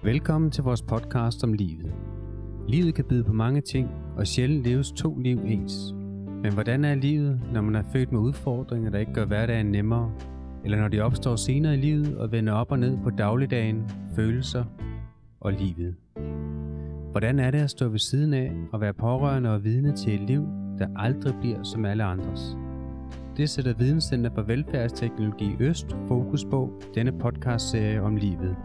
Velkommen til vores podcast om livet. Livet kan byde på mange ting, og sjældent leves 2 liv ens. Men hvordan er livet, når man er født med udfordringer, der ikke gør hverdagen nemmere, eller når de opstår senere i livet og vender op og ned på dagligdagen, følelser og livet? Hvordan er det at stå ved siden af og være pårørende og vidne til et liv, der aldrig bliver som alle andres? Det sætter Videnscenter for Velfærdsteknologi Øst fokus på denne podcastserie om livet.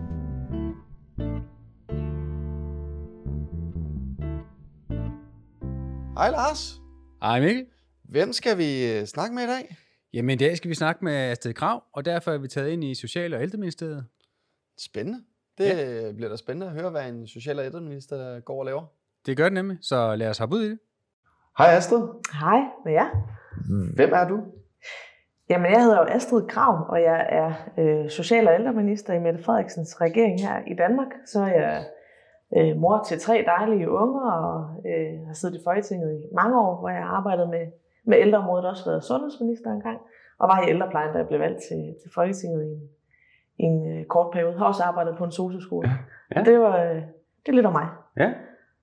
Hej Lars. Hej Mikkel. Hvem skal vi snakke med i dag? Jamen i dag skal vi snakke med Astrid Krag, og derfor er vi taget ind i Social- og Ældreministeriet. Spændende. Det bliver da spændende at høre, hvad en social- og ældreminister går og laver. Det gør det nemlig, så lad os hoppe ud i det. Hej Astrid. Hej med jer. Hvem er du? Jamen, jeg hedder jo Astrid Krag, og jeg er social- og ældreminister i Mette Frederiksens regering her i Danmark. Så er jeg mor til 3 dejlige unger, og har siddet i Folketinget i mange år, hvor jeg har arbejdet med ældreområdet, også været sundhedsminister engang, og var i ældreplejen, da jeg blev valgt til Folketinget i en kort periode. Har også arbejdet på en sosu-skole. Ja. Det er lidt om mig. Ja.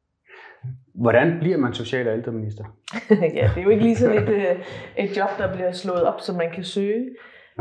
Hvordan bliver man social- og ældreminister? Ja, det er jo ikke lige sådan et job, der bliver slået op, som man kan søge.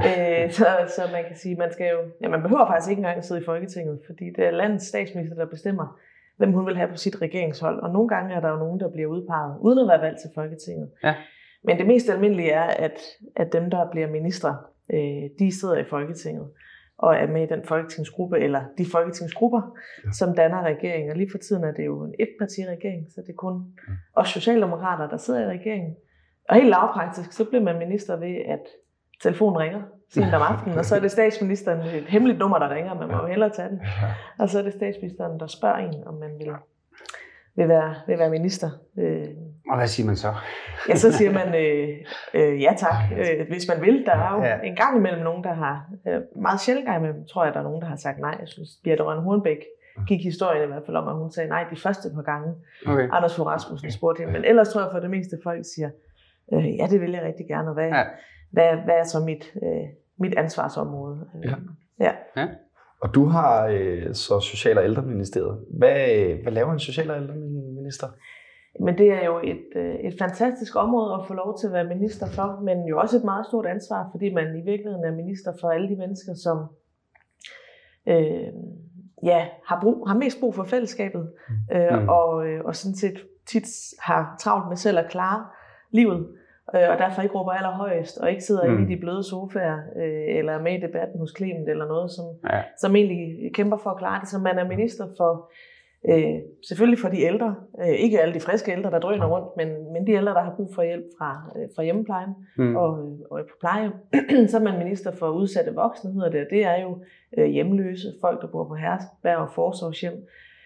Så man kan sige, man behøver faktisk ikke engang sidde i Folketinget, fordi det er landets statsminister, der bestemmer, hvem hun vil have på sit regeringshold. Og nogle gange er der jo nogen, der bliver udpeget, uden at være valgt til Folketinget. Ja. Men det mest almindelige er, at dem, der bliver ministre, de sidder i Folketinget og er med i den folketingsgruppe, eller de folketingsgrupper, som danner regeringen. Og lige for tiden er det jo en etpartiregering, så det er kun os socialdemokrater, der sidder i regeringen. Og helt lavpraktisk, så bliver man minister ved, at telefonen ringer sent om aftenen, og så er det statsministeren, et hemmeligt nummer, der ringer, man må jo hellere tage den. Og så er det statsministeren, der spørger en, om man vil være minister. Og hvad siger man så? Ja, så siger man ja tak, hvis man vil. Der er jo en gang imellem nogen, der har, meget sjældent gang imellem, tror jeg, der er nogen, der har sagt nej. Jeg synes, Birthe Rønn Hornbech gik historien i hvert fald om, at hun sagde nej de første par gange. Okay. Anders Fogh Rasmussen spurgte hende, men ellers tror jeg for det meste folk siger, ja, det vil jeg rigtig gerne, og hvad er så mit ansvarsområde? Ja. Og du har så Social- og Ældreministeriet. Hvad laver en social- og ældreminister? Men det er jo et fantastisk område at få lov til at være minister for, men jo også et meget stort ansvar, fordi man i virkeligheden er minister for alle de mennesker, som har mest brug for fællesskabet, og sådan set tit har travlt med selv at klare livet, og derfor ikke råber allerhøjest, og ikke sidder inde i de bløde sofaer, eller er med i debatten hos Clement, eller noget, som egentlig kæmper for at klare det. Så man er minister for, selvfølgelig for de ældre, ikke alle de friske ældre, der drøner rundt, men de ældre, der har brug for hjælp fra hjemmeplejen og på plejehjem. Så er man minister for udsatte voksne, hedder det, og det er jo hjemløse, folk, der bor på herberg og forsorgshjem,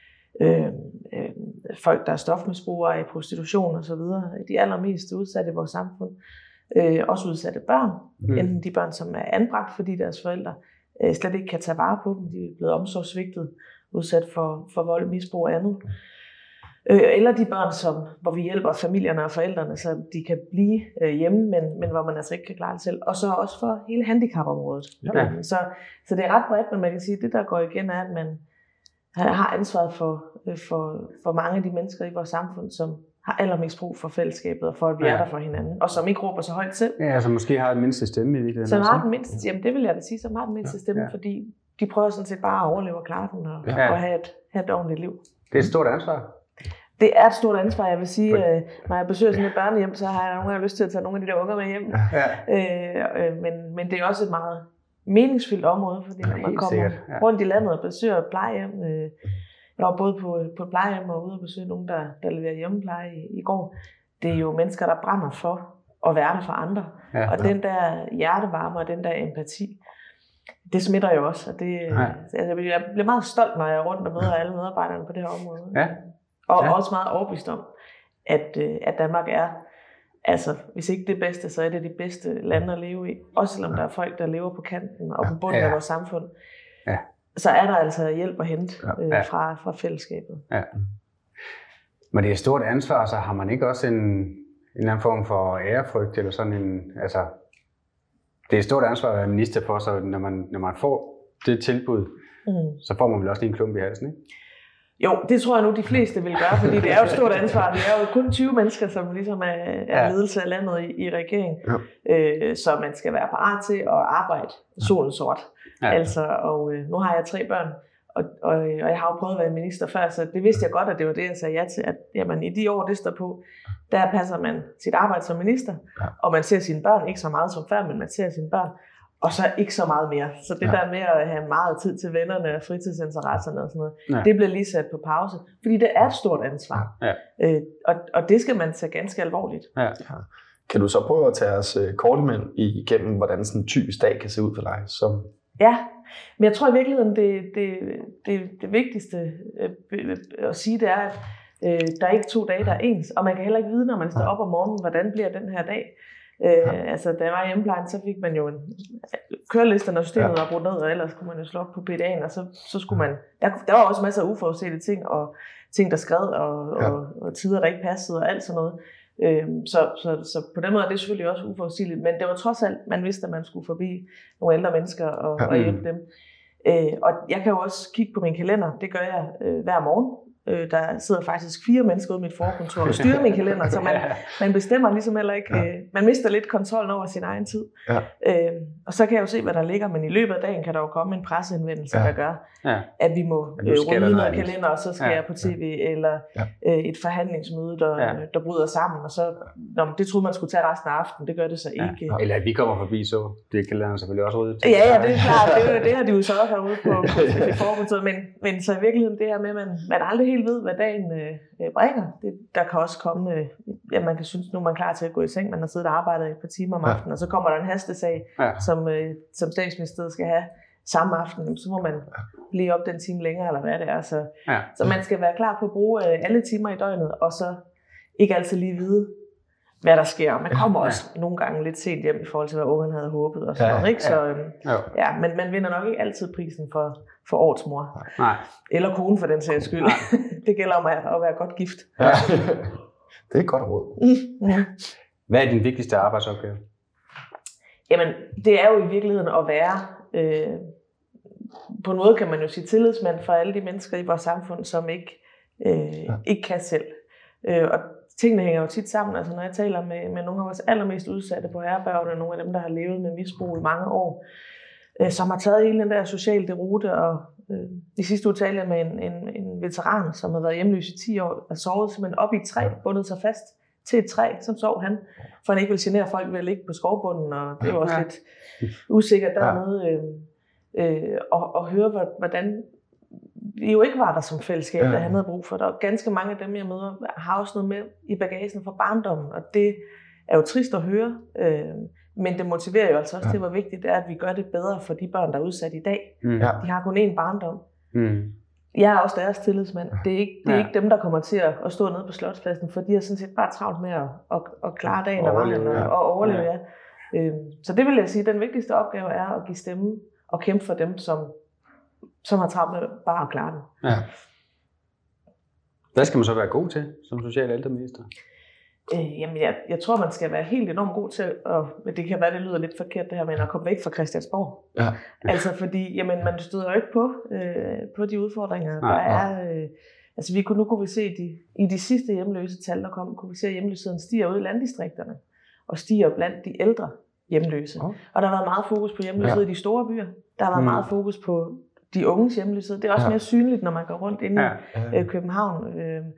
folk, der er stofmisbrugere, i prostitution og så videre, de allermest udsatte i vores samfund. Også udsatte børn, enten de børn, som er anbragt, fordi deres forældre slet ikke kan tage vare på dem, de er blevet omsorgsvigtet, udsat for vold, misbrug og andet. Eller de børn, hvor vi hjælper familierne og forældrene, så de kan blive hjemme, men hvor man altså ikke kan klare det selv. Og så også for hele handicapområdet. Ja. Så det er ret bredt, men man kan sige, at det, der går igen, er, at man har ansvaret for mange af de mennesker i vores samfund, som har allermest brug for fællesskabet, og for at vi er der for hinanden, og som ikke råber så højt selv. Ja, som måske har den mindste stemme i det. Som har den mindste, jamen det vil jeg da sige, som har den mindste stemme, fordi de prøver sådan set bare at overleve og klare den, og have et ordentligt liv. Det er et stort ansvar. Det er et stort ansvar, jeg vil sige. Når jeg besøger sådan et børnehjem, så har jeg nogle gange lyst til at tage nogle af de der unger med hjem. Men det er også et meget meningsfyldt område, fordi når man kommer rundt i landet og besøger plejehjem. Jeg var både på et plejehjem og ude og besøge nogen, der leverer hjemmepleje i går. Det er jo mennesker, der brænder for at være der for andre. Og den der hjertevarme og den der empati, det smitter jo også. Og jeg bliver meget stolt, når jeg er rundt og møder alle medarbejderne på det her område. Ja. Og også meget overbevist om, at Danmark er, altså hvis ikke det bedste, så er det de bedste lande at leve i. Også selvom der er folk, der lever på kanten og på bunden af vores samfund. Ja. Så er der altså hjælp at hente fra fællesskabet. Ja. Men det er et stort ansvar, så har man ikke også en eller anden form for ærefrygt, eller sådan en, det er et stort ansvar at være minister for, så når man får det tilbud, så får man vel også lige en klump i halsen, ikke? Jo, det tror jeg nu, de fleste vil gøre, fordi det er jo et stort ansvar. Det er jo kun 20 mennesker, som ligesom er ledelse af landet i regeringen. Ja. Så man skal være parat til at arbejde solen sort. Ja. Altså, og nu har jeg 3 børn, og jeg har jo prøvet at være minister før, så det vidste jeg godt, at det var det, jeg sagde ja til. At jamen, i de år, det står på, der passer man sit arbejde som minister, og man ser sine børn ikke så meget som før, men man ser sine børn. Og så ikke så meget mere. Så det der med at have meget tid til vennerne og fritidsinteresserne og sådan noget, det bliver lige sat på pause. Fordi det er et stort ansvar. Ja. Og det skal man tage ganske alvorligt. Ja. Kan du så prøve at tage os kort igennem, hvordan sådan en typisk dag kan se ud for dig? Ja, men jeg tror i virkeligheden, det vigtigste at sige, det er, at der er ikke 2 dage, der er ens. Og man kan heller ikke vide, når man står op om morgenen, hvordan bliver den her dag. Altså, da jeg var i hjemmeplejen, så fik man jo en køreliste, når systemet var brudt ned, og ellers kunne man jo slå op på PDA'en, og så skulle man... Der var også masser af uforudsete ting, og ting, der skred, og tider, der ikke passede, og alt sådan noget. Så på den måde er det selvfølgelig også uforudsigeligt, men det var trods alt, man vidste, at man skulle forbi nogle ældre mennesker og hjælpe dem. Og jeg kan jo også kigge på min kalender, det gør jeg hver morgen. Der sidder faktisk 4 mennesker ude i mit forkontor og styrer min kalender, så man bestemmer ligesom heller ikke, man mister lidt kontrollen over sin egen tid. Ja. Og så kan jeg jo se, hvad der ligger, men i løbet af dagen kan der jo komme en presseindvendelse, der gør, at vi må rydde noget kalender, og så skal jeg på tv, eller et forhandlingsmøde, der bryder sammen, og så, det troede man skulle tage resten af aftenen, det gør det så ikke. Eller at vi kommer forbi, så det er kalenderen selvfølgelig også ryddet. Ja, det er klart, det har de jo så også herude på i forkontoret, men så i virkeligheden det her med, at man aldrig helt ved, hvad dagen bringer. Der kan også komme, man kan synes, nu er man klar til at gå i seng, man har siddet og arbejdet et par timer om aftenen, og så kommer der en hastesag, som statsministeriet skal have samme aften, så må man blive op den time længere, eller hvad det er. Så man skal være klar på at bruge alle timer i døgnet, og så ikke altid lige vide, hvad der sker. Man kommer også nogle gange lidt sent hjem i forhold til, hvad ungen havde håbet og sådan noget, ikke? Så, men man vinder nok ikke altid prisen for årets mor. Nej. Eller kone for den sags skyld. Det gælder om at være godt gift. Ja. Det er et godt råd. Hvad er din vigtigste arbejdsopgave? Jamen, det er jo i virkeligheden at være, på en måde kan man jo sige, tillidsmand for alle de mennesker i vores samfund, som ikke kan selv. Og tingene hænger jo tit sammen. Altså når jeg taler med nogle af vores allermest udsatte på herbergene, nogle af dem, der har levet med misbrug i mange år, som har taget hele den der sociale deroute, og i sidste uge talte jeg med en veteran, som har været hjemløs i 10 år, og sovet simpelthen op i et træ, bundet sig fast til et træ, som sov han, for han ikke ville genere folk ved at ligge på skovbunden, og det var også lidt usikkert dernede, og høre, hvordan vi jo ikke var der som fællesskab, der han havde brug for det. Og ganske mange af dem, jeg møder, har også noget med i bagagen fra barndommen, og det er jo trist at høre, men det motiverer jo altså også til, hvor vigtigt det er, at vi gør det bedre for de børn, der er udsat i dag. De har kun én barndom. Jeg er også deres tillidsmand. Det er ikke dem, der kommer til at stå nede på Slotspladsen, for de har sådan set bare travlt med at klare dagen og vejen og overleve. Så det vil jeg sige, den vigtigste opgave er at give stemme og kæmpe for dem, som har travlt med bare at klare den. Ja. Hvad skal man så være god til som social- og ældreminister? Jamen, jeg tror, man skal være helt enormt god til, men det kan være, det lyder lidt forkert det her, men at komme væk fra Christiansborg. Ja. Altså fordi, jamen, man støder jo ikke på de udfordringer, der er. Altså nu kunne vi se, i de sidste hjemløse tal, der kom, kunne vi se, at hjemløsheden stiger ude i landdistrikterne, og stiger blandt de ældre hjemløse. Og der har været meget fokus på hjemløshed i de store byer. Der har været meget fokus på de unges hjemløshed. Det er også mere synligt, når man går rundt inde i København.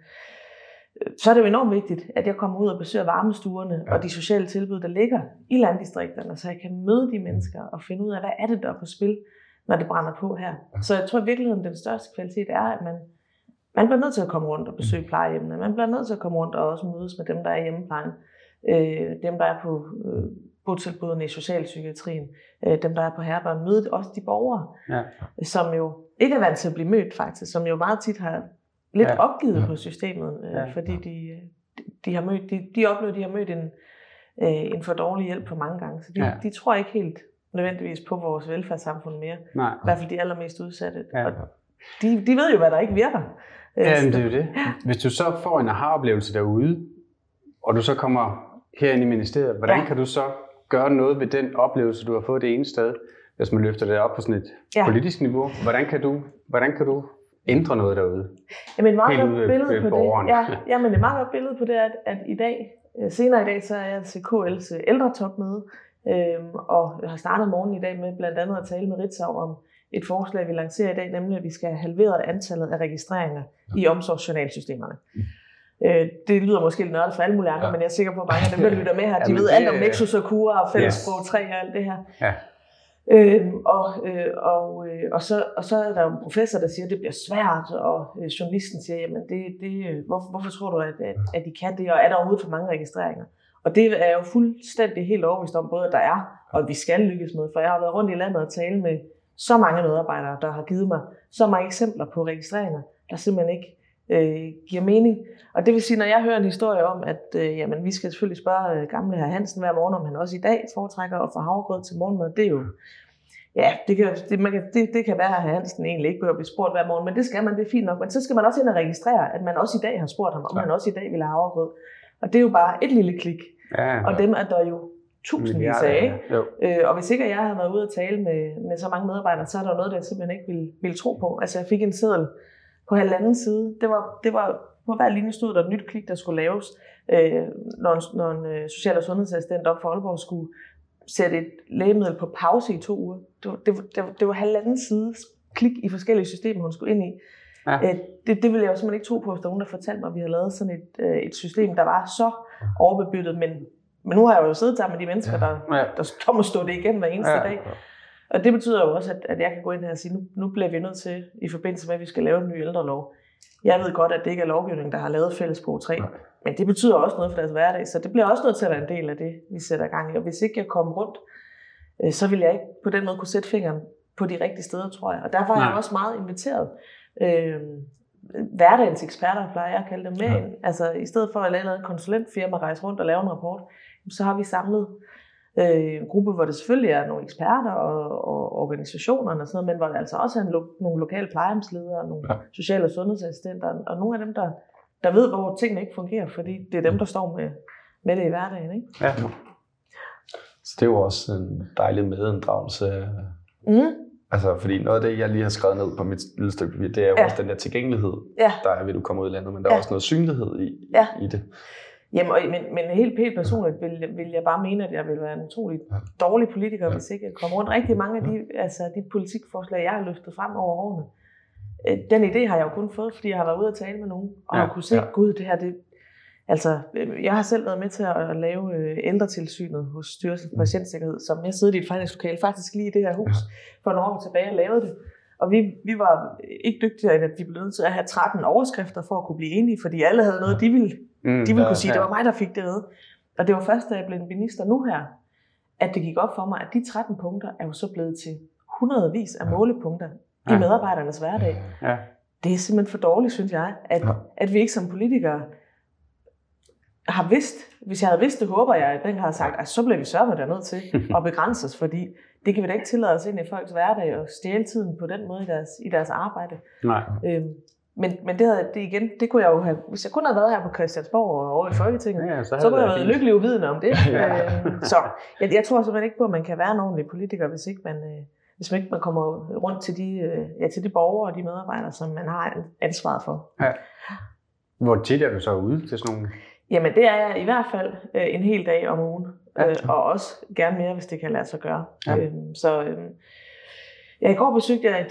Så er det jo enormt vigtigt, at jeg kommer ud og besøger varmestuerne og de sociale tilbud, der ligger i landdistrikterne, så jeg kan møde de mennesker og finde ud af, hvad er det, der er på spil, når det brænder på her. Så jeg tror i virkeligheden, den største kvalitet er, at man bliver nødt til at komme rundt og besøge plejehjemmene. Man bliver nødt til at komme rundt og også mødes med dem, der er i hjemmeplejen. Dem, der er på botilbudene i socialpsykiatrien. Dem, der er på herbergen. Møde også de borgere, som jo ikke er vant til at blive mødt faktisk, som jo meget tit har lidt opgivet på systemet, fordi de har mødt, de oplever, at de har mødt en for dårlig hjælp for mange gange. Så de tror ikke helt nødvendigvis på vores velfærdssamfund mere. Nej. I hvert fald de allermest udsatte. Ja. Og de ved jo, hvad der ikke virker. Ja, det er jo det. Hvis du så får en aha-oplevelse derude, og du så kommer herind i ministeriet, hvordan kan du så gøre noget ved den oplevelse, du har fået det ene sted? hvis man løfter det op på sådan et politisk niveau, hvordan kan du ændre noget derude? Jamen et meget godt billede på det. Ja, men et meget godt billede på det er, at i dag, senere i dag, så er jeg til KL's ældretopmøde, og jeg har startet morgenen i dag med blandt andet at tale med Ritzau om et forslag, vi lancerer i dag, nemlig at vi skal have halveret antallet af registreringer i omsorgsjournalsystemerne. Det lyder måske lidt nørdet for alle mulige andre, men jeg er sikker på, at mange af dem, der lytter med her, de ved alt om Nexus og Cura og Fællessprog 3 og alt det her. Ja. Og så er der jo en professor, der siger, at det bliver svært, og journalisten siger, jamen hvorfor tror du, at de kan det, og er der overhovedet for mange registreringer? Og det er jeg jo fuldstændig helt overbevist om, både at der er, og at vi skal lykkes med, for jeg har været rundt i landet og tale med så mange medarbejdere, der har givet mig så mange eksempler på registreringer, der simpelthen ikke giver mening. Og det vil sige, når jeg hører en historie om, at jamen, vi skal selvfølgelig spørge gamle hr. Hansen hver morgen, om han også i dag foretrækker at få havregrød til morgenmad, det er jo, ja, det kan være, at hr. Hansen egentlig ikke behøver at blive spurgt hver morgen, men det skal man, det er fint nok. Men så skal man også ind og registrere, at man også i dag har spurgt ham, om han også i dag vil have havregrød. Og det er jo bare et lille klik. Ja. Og dem er der jo tusindvis af. Og hvis ikke jeg havde været ude at tale med så mange medarbejdere, så er der noget, der jeg simpelthen ikke ville tro på. Altså jeg fik en seddel på 1,5 side. Det var på hver linje stod der et nyt klik, der skulle laves, når en social- og sundhedsassistent op for Aalborg skulle sætte et lægemiddel på pause i 2 uger. Det var 1,5 side klik i forskellige systemer, hun skulle ind i. Ja. Det ville jeg jo simpelthen ikke tro på, hvis der var nogen, der fortalte mig, at vi havde lavet sådan et system, der var så overbebyrdet. Men nu har jeg jo siddet sammen med de mennesker, der må stå det igennem hver eneste dag. Og det betyder jo også, at jeg kan gå ind her og sige, nu bliver vi nødt til, i forbindelse med, at vi skal lave en ny ældrelov. Jeg ved godt, at det ikke er lovgivning, der har lavet Fællessprog 3, men det betyder også noget for deres hverdag, så det bliver også nødt til at være en del af det, vi sætter i gang i. Og hvis ikke jeg kommer rundt, så vil jeg ikke på den måde kunne sætte fingeren på de rigtige steder, tror jeg. Og derfor har jeg også meget inviteret hverdagens eksperter, plejer jeg at kalde dem, med ind. Altså i stedet for at lade et konsulentfirma rejse rundt og lave en rapport, så har vi samlet en gruppe, hvor det selvfølgelig er nogle eksperter og organisationer og sådan noget, men hvor der altså også er nogle lokale plejehjemsledere, nogle social- og sundhedsassistenter, og nogle af dem, der ved, hvor tingene ikke fungerer, fordi det er dem, der står med det i hverdagen. Ikke? Ja. Så det er jo også en dejlig medinddragelse. Altså, fordi noget af det, jeg lige har skrevet ned på mit lille stykke papir, det er jo også den der tilgængelighed, der er ved, du kommer ud i landet, men der er også noget synlighed i det. Jamen, men helt personligt vil jeg bare mene, at jeg vil være en utrolig dårlig politiker, hvis ikke jeg kommer rundt. Rigtig mange af de politikforslag, jeg har løftet frem over årene, den idé har jeg jo kun fået, fordi jeg har været ude at tale med nogen, og har kunne se, gud, det her, altså, jeg har selv været med til at lave ældretilsynet hos Styrelsen for Patientsikkerhed, som jeg sidder i et forhandlingslokale, faktisk lige i det her hus, for nogle år tilbage og lavede det. Og vi var ikke dygtigere, end at vi blev nødt til at have 13 overskrifter for at kunne blive enige, fordi alle havde noget, de ville kunne sige, det var mig, der fik det med. Og det var først, da jeg blev minister nu her, at det gik op for mig, at de 13 punkter er jo så blevet til hundredvis af målepunkter i medarbejdernes hverdag. Det er simpelthen for dårligt, synes jeg, at vi ikke som politikere har vidst, hvis jeg havde vidst det, håber jeg, at den har sagt, at så bliver vi sørme der nødt til at begrænse os, fordi det kan vi da ikke tillade os ind i folks hverdag og stjæle tiden på den måde i deres arbejde. Nej. Men det kunne jeg jo have, hvis jeg kun havde været her på Christiansborg og over i Folketinget, så kunne jeg have været lykkelig uvidende om det. Så jeg tror simpelthen ikke på, at man kan være en ordentlig politiker, hvis ikke man kommer rundt til de borgere og de medarbejdere, som man har ansvaret for. Ja. Hvor tit er du så ude til sådan nogle? Jamen det er jeg i hvert fald en hel dag om ugen, og også gerne mere, hvis det kan lade sig gøre. Ja. I går besøgte jeg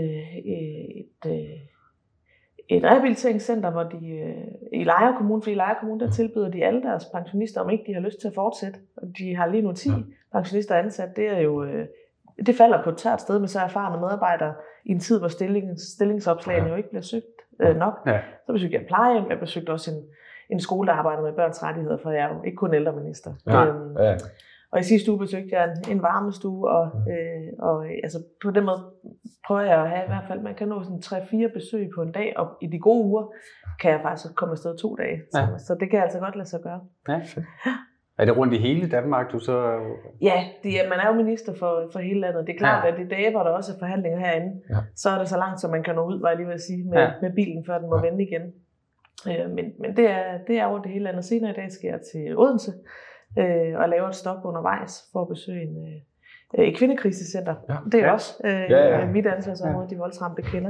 et rehabiliteringscenter, hvor de i Lejre Kommune, for i Lejre Kommune, der tilbyder de alle deres pensionister, om ikke de har lyst til at fortsætte. Og de har lige nu 10 pensionister ansat. Det er jo det falder på et tørt sted med så erfarne medarbejdere i en tid, hvor stillingsopslagene jo ikke bliver søgt nok. Ja. Så besøgte jeg et plejehjem. Jeg besøgte også en skole, der arbejder med børns rettigheder, for jeg er jo ikke kun ældreminister. Og i sidste uge besøgte jeg en varmestue, og altså på den måde prøver jeg at have i hvert fald, man kan nå sådan 3-4 besøg på en dag, og i de gode uger kan jeg faktisk komme afsted 2 dage. Så det kan altså godt lade sig gøre. Ja. Er det rundt i hele Danmark, du så? Ja, man er jo minister for hele landet. Det er klart, at i dage, hvor der også er forhandlinger herinde, så er det så langt, som man kan nå ud, var jeg lige vil sige, med bilen, før den må vende igen. Men det er over det hele landet. Senere i dag skal jeg til Odense og lave et stop undervejs for at besøge et kvindekrisecenter. Ja. Det er også mit ansvarsområde, de voldsramte kvinder.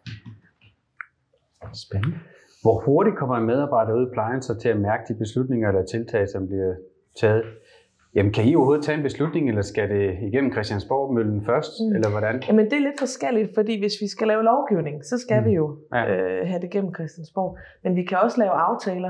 Spændende. Hvor hurtigt kommer en medarbejder ud i plejen så til at mærke de beslutninger eller tiltag, som bliver taget? Jamen, kan I overhovedet tage en beslutning, eller skal det igennem Christiansborg-møllen først, eller hvordan? Jamen, det er lidt forskelligt, fordi hvis vi skal lave lovgivning, så skal vi jo have det gennem Christiansborg. Men vi kan også lave aftaler,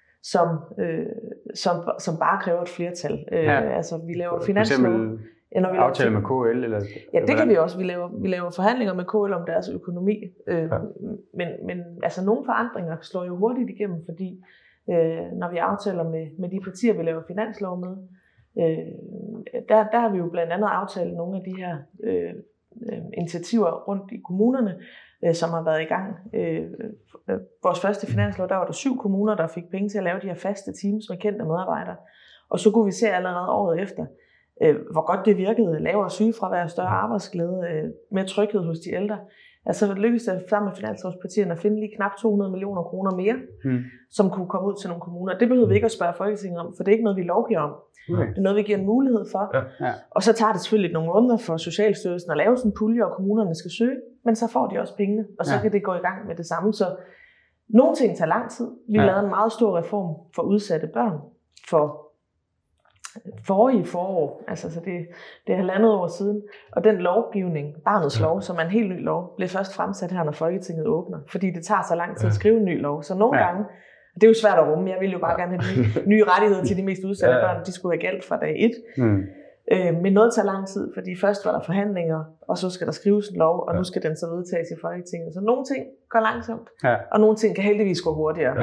som bare kræver et flertal. Altså, vi laver finanslov. Aftaler med KL? Eller det kan vi også. Vi laver forhandlinger med KL om deres økonomi. Men altså, nogle forandringer slår jo hurtigt igennem, fordi når vi aftaler med de partier, vi laver finanslov med, der har vi jo blandt andet aftalt nogle af de her initiativer rundt i kommunerne, som har været i gang. Vores første finanslov, der var der 7 kommuner, der fik penge til at lave de her faste teams med kendte medarbejdere. Og så kunne vi se allerede året efter, hvor godt det virkede. Lavere sygefravær, større arbejdsglæde, mere tryghed hos de ældre. Altså lykkedes det sammen med finanslovspartierne at finde lige knap 200 millioner kroner mere, som kunne komme ud til nogle kommuner. Det behøver vi ikke at spørge Folketinget om, for det er ikke noget, vi lovgiver om. Det er noget, vi giver en mulighed for. Ja. Og så tager det selvfølgelig nogle måneder for Socialstyrelsen at lave sådan en pulje, og kommunerne skal søge, men så får de også pengene, og så kan det gå i gang med det samme. Så nogle ting tager lang tid. Vi lavede en meget stor reform for udsatte børn for forrige forår, altså så det er 1,5 år siden, og den lovgivning, Barnets Lov, som er en helt ny lov, blev først fremsat her, når Folketinget åbner, fordi det tager så lang tid at skrive en ny lov, så nogle gange, det er jo svært at rumme, jeg ville jo bare gerne have nye rettigheder til de mest udsatte børn, de skulle have gældt fra dag 1, men noget tager lang tid, fordi først var der forhandlinger, og så skal der skrives en lov, og nu skal den så vedtages i Folketinget, så nogle ting går langsomt, og nogle ting kan heldigvis gå hurtigere.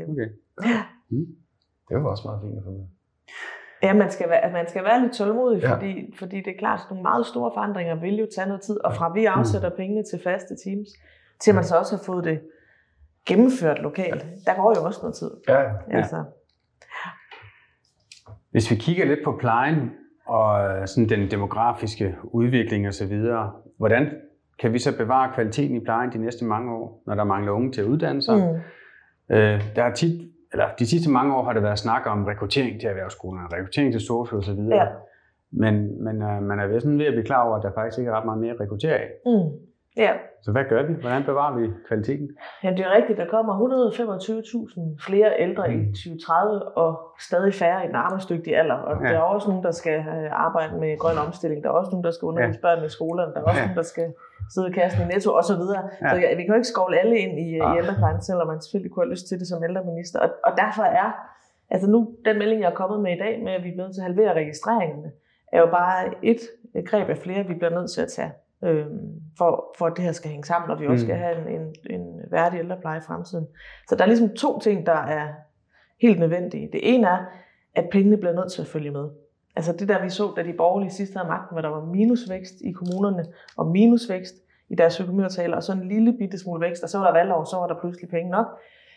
Det var også meget fint at få med. Ja, man skal være lidt tålmodig, fordi det er klart, at nogle meget store forandringer vil jo tage noget tid, og fra vi afsætter pengene til faste teams, til man så også har fået det gennemført lokalt. Der går jo også noget tid. Altså. Hvis vi kigger lidt på plejen og sådan den demografiske udvikling osv., hvordan kan vi så bevare kvaliteten i plejen de næste mange år, når der mangler unge til at uddanne sig? Der er tit de sidste mange år har det været snak om rekruttering til erhvervsskolerne, rekruttering til sosu og så videre. Men man er sådan ved at blive klar over, at der faktisk ikke er ret meget mere at rekruttere af. Så hvad gør vi? Hvordan bevarer vi kvaliteten? Ja, det er rigtigt. Der kommer 125.000 flere ældre i 2030 og stadig færre i den arbejdsdygtige alder. Og der er også nogen, der skal arbejde med grøn omstilling. Der er også nogen, der skal undervise børn i skolerne. Der er også nogen, der skal sidde i kassen i Netto og så videre. Så vi kan jo ikke skovle alle ind i ældreplejen, selvom man selvfølgelig kunne have lyst til det som ældreminister. Og derfor er, altså nu, den melding, jeg er kommet med i dag, med at vi er nødt til at halvere registreringerne, er jo bare et greb af flere, vi bliver nødt til at tage, for at det her skal hænge sammen, og vi også skal have en værdig ældrepleje i fremtiden. Så der er ligesom 2 ting, der er helt nødvendige. Det ene er, at pengene bliver nødt til at følge med. Altså det der, vi så, da de borgerlige sidst havde magten, hvor der var minusvækst i kommunerne, og minusvækst i deres økonomiaftaler, og så en lille bitte smule vækst, og så var der valgår, så var der pludselig penge nok.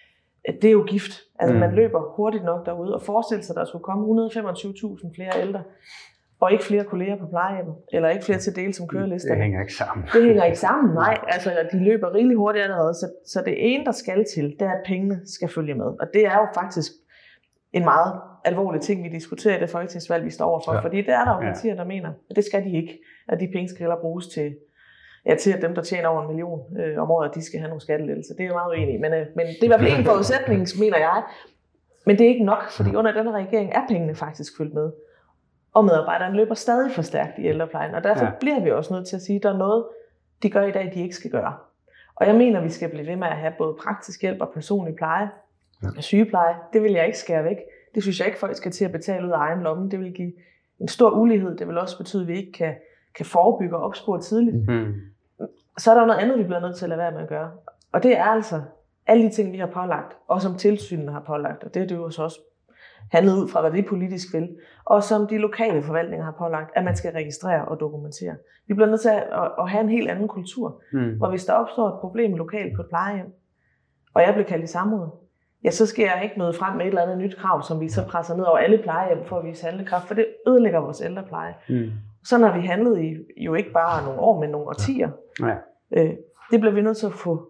Det er jo gift. Altså man løber hurtigt nok derude, og forestille sig, at der skulle komme 125.000 flere ældre, og ikke flere kolleger på plejehjemmet, eller ikke flere til dele som kørelister. Det hænger ikke sammen. Det hænger ikke sammen, nej. Altså, de løber rigtig hurtigt allerede. Så det ene, der skal til, det er, at pengene skal følge med. Og det er jo faktisk en meget alvorlig ting, vi diskuterer i det folketingsvalg, vi står overfor. Fordi det er der jo partier, der mener, at det skal de ikke. At de penge skal heller bruges til at dem, der tjener over 1 million om året, de skal have nogle skattelettelser. Det er jo meget uenig i. Men det er i hvert fald en forudsætning, mener jeg. Men det er ikke nok, fordi under denne regering er pengene faktisk følgt med. Og medarbejderne løber stadig for stærkt i ældreplejen, og derfor bliver vi også nødt til at sige, at der er noget, de gør i dag, de ikke skal gøre. Og jeg mener, at vi skal blive ved med at have både praktisk hjælp og personlig pleje, sygepleje. Det vil jeg ikke skære væk. Det synes jeg ikke, folk skal til at betale ud af egen lomme. Det vil give en stor ulighed. Det vil også betyde, at vi ikke kan forebygge og opspore tidligt. Så er der noget andet, vi bliver nødt til at lade være med at gøre. Og det er altså alle de ting, vi har pålagt, og som tilsynene har pålagt. Og det er det jo også handlet ud fra, hvad vi politisk vil, og som de lokale forvaltninger har pålagt, at man skal registrere og dokumentere. Vi bliver nødt til at have en helt anden kultur, hvor hvis der opstår et problem lokalt på et plejehjem, og jeg bliver kaldt i samråd, så skal jeg ikke møde frem med et eller andet nyt krav, som vi så presser ned over alle plejehjem for at vise handlekraft, for det ødelægger vores ældrepleje. Sådan har vi handlet i jo ikke bare nogle år, men nogle årtier. Det bliver vi nødt til at få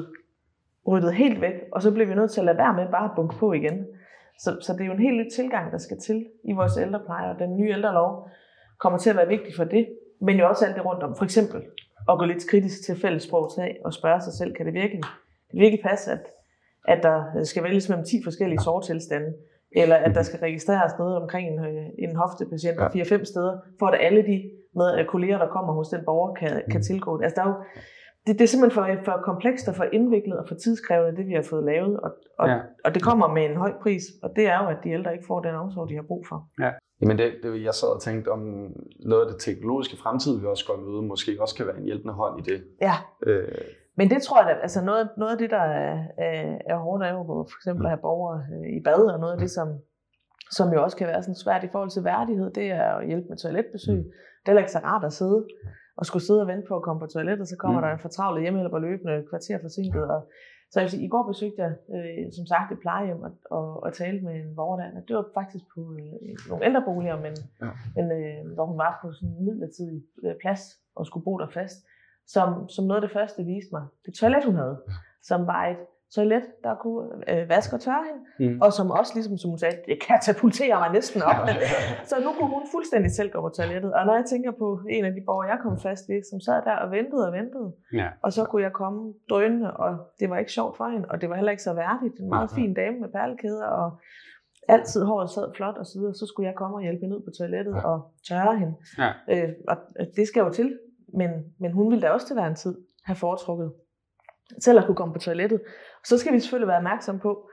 ryddet helt væk, og så bliver vi nødt til at lade være med bare at bunke på igen. Så det er jo en helt ny tilgang, der skal til i vores ældrepleje, og den nye ældrelov kommer til at være vigtigt for det, men jo også alt det rundt om. For eksempel at gå lidt kritisk til fællessproget og spørge sig selv, kan det virkelig passe, at der skal vælges mellem 10 forskellige sorgtilstande, eller at der skal registreres noget omkring en hoftepatient 4-5 steder, for at alle de kolleger, der kommer hos den borger, kan tilgå det. Altså, der er jo, det er simpelthen for komplekst og for indviklet og for tidskrævende, det vi har fået lavet, og det kommer med en høj pris, og det er jo, at de ældre ikke får den omsorg, de har brug for. Ja. Jamen det jeg sad og tænkte om noget af det teknologiske fremtid, vi også går møde, måske også kan være en hjælpende hånd i det. Ja. Men det tror jeg, at altså noget af det, der er hårdt, er jo for eksempel at have borgere i bad, og noget af det, som jo også kan være sådan svært i forhold til værdighed, det er at hjælpe med toiletbesøg. Det er heller ikke så rart at skulle sidde og vente på at komme på toilettet, så kommer der en fortravlet hjemmehjælper løbende kvarter forsinket. Og så jeg vil sige, i går besøgte jeg som sagt et plejehjem og talte med en borger der. Det var faktisk på nogle ældreboliger, men hvor hun var på sådan en midlertidig plads og skulle bo der fast. Som noget af det første viste mig, det toilet hun havde, som var et toilet, der kunne vaske og tørre hende, og som også, ligesom som hun sagde, det katapulterer mig næsten op. Så nu kunne hun fuldstændig selv gå på toilettet. Og når jeg tænker på en af de borgere, jeg kom fast ved, som sad der og ventede, og så kunne jeg komme drønende, og det var ikke sjovt for hende, og det var heller ikke så værdigt. En meget fin dame med perlekæder, og altid håret sad flot og så videre. Så skulle jeg komme og hjælpe hende ud på toilettet og tørre hende. Og det skal jo til. Men hun ville da også til hver en tid have foretrukket selv at kunne komme på toilettet. Så skal vi selvfølgelig være opmærksom på,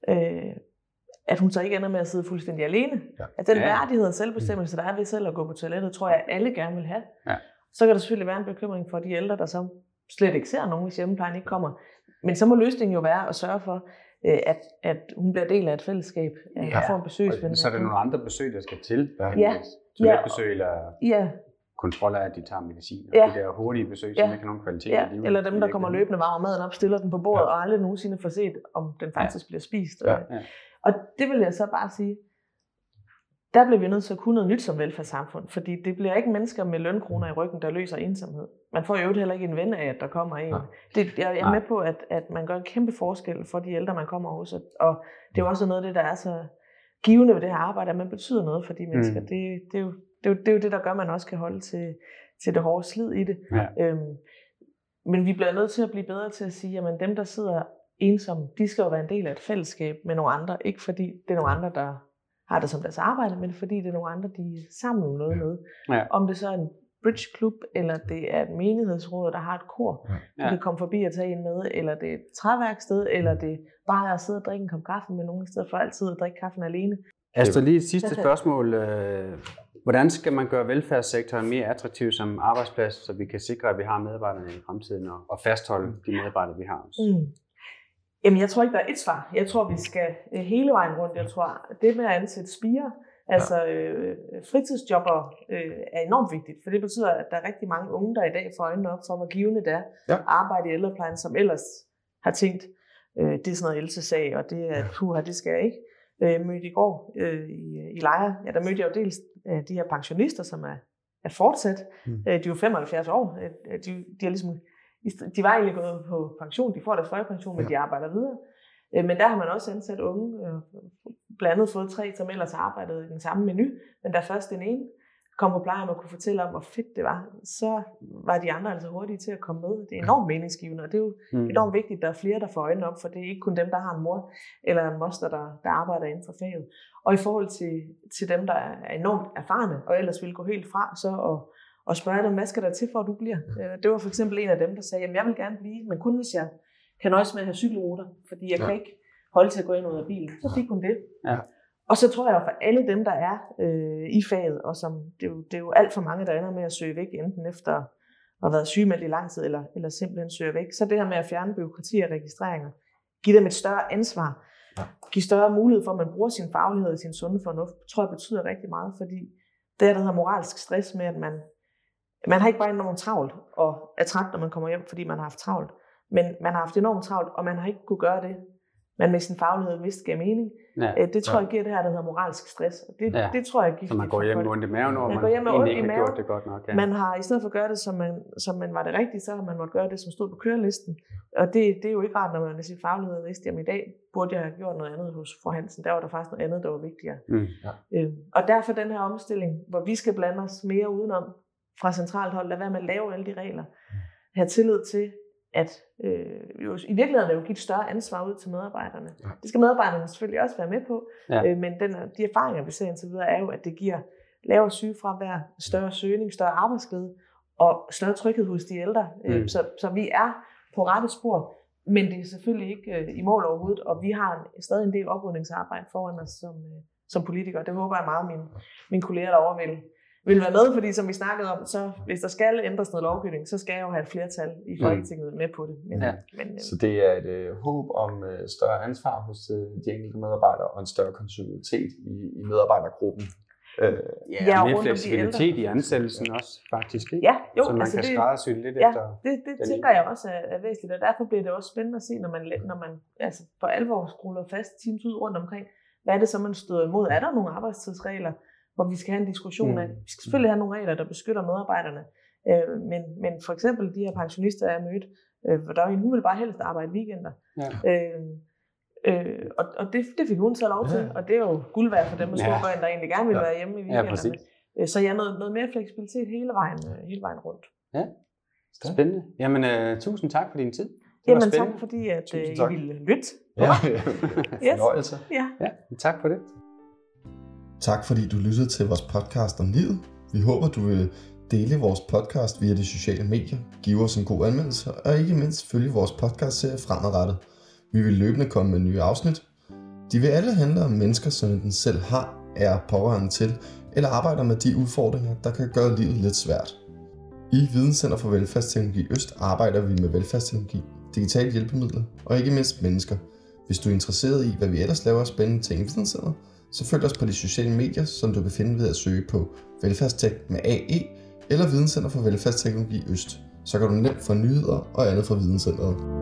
at hun så ikke ender med at sidde fuldstændig alene. At den værdighed og selvbestemmelse, der er ved selv at gå på toilettet, tror jeg, alle gerne vil have. Så kan der selvfølgelig være en bekymring for de ældre, der så slet ikke ser nogen, hvis hjemmeplejen ikke kommer. Men så må løsningen jo være at sørge for, at hun bliver del af et fællesskab, og får en besøgsven. Så er der nogle andre besøg, der skal til. Toiletbesøg eller kontrol af, at de tager medicin, og de der hurtige besøg, som ikke har nogen kvalitet i livet. Eller dem, der kommer løbende, varmer maden op, stiller den på bordet, og aldrig nogensinde får set, om den faktisk bliver spist. Og det vil jeg så bare sige, der bliver vi nødt til at kunne noget nyt som velfærdssamfund, fordi det bliver ikke mennesker med lønkroner i ryggen, der løser ensomhed. Man får jo heller ikke en ven af, at der kommer en. Jeg er med på, at man gør en kæmpe forskel for de ældre, man kommer hos, og det er jo også noget af det, der er så givende ved det her arbejde, at man betyder noget for de mennesker. Det er jo det, der gør, at man også kan holde til det hårde slid i det. Men vi bliver nødt til at blive bedre til at sige, at dem, der sidder ensomme, de skal jo være en del af et fællesskab med nogle andre. Ikke fordi det er nogle andre, der har det som deres arbejde, men fordi det er nogle andre, de er sammen om noget med. Om det så er en bridgeklub, eller det er et menighedsråd, der har et kor, du kan komme forbi og tage en med, eller det er et træværksted, eller det bare er at sidde og drikke en kop kaffe med nogen, i stedet for altid at drikke kaffen alene. Astrid, lige et sidste spørgsmål. Hvordan skal man gøre velfærdssektoren mere attraktiv som arbejdsplads, så vi kan sikre, at vi har medarbejderne i fremtiden og fastholde de medarbejdere, vi har også? Jamen, jeg tror ikke, der er et svar. Jeg tror, vi skal hele vejen rundt. Jeg tror, det med at ansætte spirer, altså fritidsjobber, er enormt vigtigt. For det betyder, at der er rigtig mange unge, der i dag får øjnene op for, hvor givende det er at arbejde i ældreplejen, som ellers har tænkt, det er sådan noget Else-sag, og det er, det skal jeg ikke. Mødte i går i Lejre. Ja, der mødte jeg jo dels de her pensionister, som er fortsat. De er jo 75 år. De er ligesom, de var egentlig gået på pension. De får deres folkepension, men de arbejder videre. Men der har man også ansat unge, blandt andet fået 3, som ellers arbejdede i den samme menu. Men da først den ene kom på pleje og kunne fortælle om, hvor fedt det var, så var de andre altså hurtige til at komme med. Det er enormt meningsgivende, og det er jo enormt vigtigt, at der er flere, der får øjnene op, for det er ikke kun dem, der har en mor eller en moster, der arbejder inden for faget. Og i forhold til dem, der er enormt erfarne, og ellers vil gå helt fra, så og spørge dem, hvad skal der til for, at du bliver? Det var for eksempel en af dem, der sagde, jamen jeg vil gerne blive, men kun hvis jeg kan nøjes med at have cykelruter, fordi jeg kan ikke holde til at gå ind ud af bilen. Så fik hun det. Og så tror jeg jo for alle dem, der er i faget, og som det er jo alt for mange, der ender med at søge væk, enten efter at have været sygemeldt i lang tid, eller simpelthen søge væk. Så det her med at fjerne bureaukrati og registreringer, give dem et større ansvar, give større mulighed for, at man bruger sin faglighed og sin sunde fornuft, tror jeg betyder rigtig meget, fordi det er der hedder moralsk stress med, at man har ikke bare enormt travlt og er træt, når man kommer hjem, fordi man har haft travlt, men man har haft enormt travlt, og man har ikke kunne gøre det, man med sin faglighed vidste gav mening. Det tror jeg giver det her, der hedder moralsk stress. Og det tror jeg er giftigt. Så man går hjem med ondt i maven, og man ikke har gjort det godt nok. Ja. Man har i stedet for at gøre det, som man var det rigtige, så har man måttet gøre det, som stod på kørelisten. Og det er jo ikke rart, når man med sin faglighed vidste, at i dag burde jeg have gjort noget andet hos fru Hansen. Der var der faktisk noget andet, der var vigtigere. Og derfor den her omstilling, hvor vi skal blande os mere udenom fra centralt hold, lade være med at lave alle de regler. Have tillid til, at i virkeligheden er jo give et større ansvar ud til medarbejderne. Det skal medarbejderne selvfølgelig også være med på, men de erfaringer, vi ser indtil videre, er jo, at det giver lavere sygefravær, større søgning, større arbejdsglæde og større tryghed hos de ældre. Så vi er på rette spor, men det er selvfølgelig ikke i mål overhovedet, og vi har stadig en del oprydningsarbejde foran os som politikere. Det håber jeg meget, mine kolleger derovre vil være med, fordi som vi snakkede om, så hvis der skal ændres noget lovgivning, så skal jeg jo have et flertal i Folketinget med på det. Så det er et håb om større ansvar hos de enkelte medarbejdere og en større kontinuitet i medarbejdergruppen. Mere fleksibilitet i ansættelsen også, faktisk. Ikke? Så man kan skræddersy lidt efter. Det tænker jeg også er væsentligt, og derfor bliver det også spændende at se, når man altså for alvor skruer fast teams ud rundt omkring, hvad er det så, man støder imod? Er der nogle arbejdstidsregler, hvor vi skal have en diskussion af? Vi skal selvfølgelig have nogle regler, der beskytter medarbejderne, men for eksempel de her pensionister, jeg mødte, hvor der hun ville bare helst arbejde weekender. Og det fik hun så lov til, og det er jo guld værd for dem med store børn, der egentlig gerne vil være hjemme i weekenderne. Så noget mere fleksibilitet hele vejen rundt. Ja, spændende. Jamen, tusind tak for din tid. Jamen tak fordi, at I ville lytte. Fornøjelse. Ja, tak for det. Tak fordi du lyttede til vores podcast om livet. Vi håber, du vil dele vores podcast via de sociale medier, give os en god anmeldelse og ikke mindst følge vores podcastserie fremadrettet. Vi vil løbende komme med nye afsnit. De vil alle handle om mennesker, som den selv har, er pårørende til eller arbejder med de udfordringer, der kan gøre livet lidt svært. I Videnscenter for Velfærdsteknologi Øst arbejder vi med velfærdsteknologi, digitale hjælpemidler og ikke mindst mennesker. Hvis du er interesseret i, hvad vi ellers laver af spændende ting i Videnscenter, så følg os på de sociale medier, som du kan finde ved at søge på Velfærdstek med AE eller Videnscenter for Velfærdsteknologi Øst. Så kan du nemt få nyheder og andet fra Videnscenteret.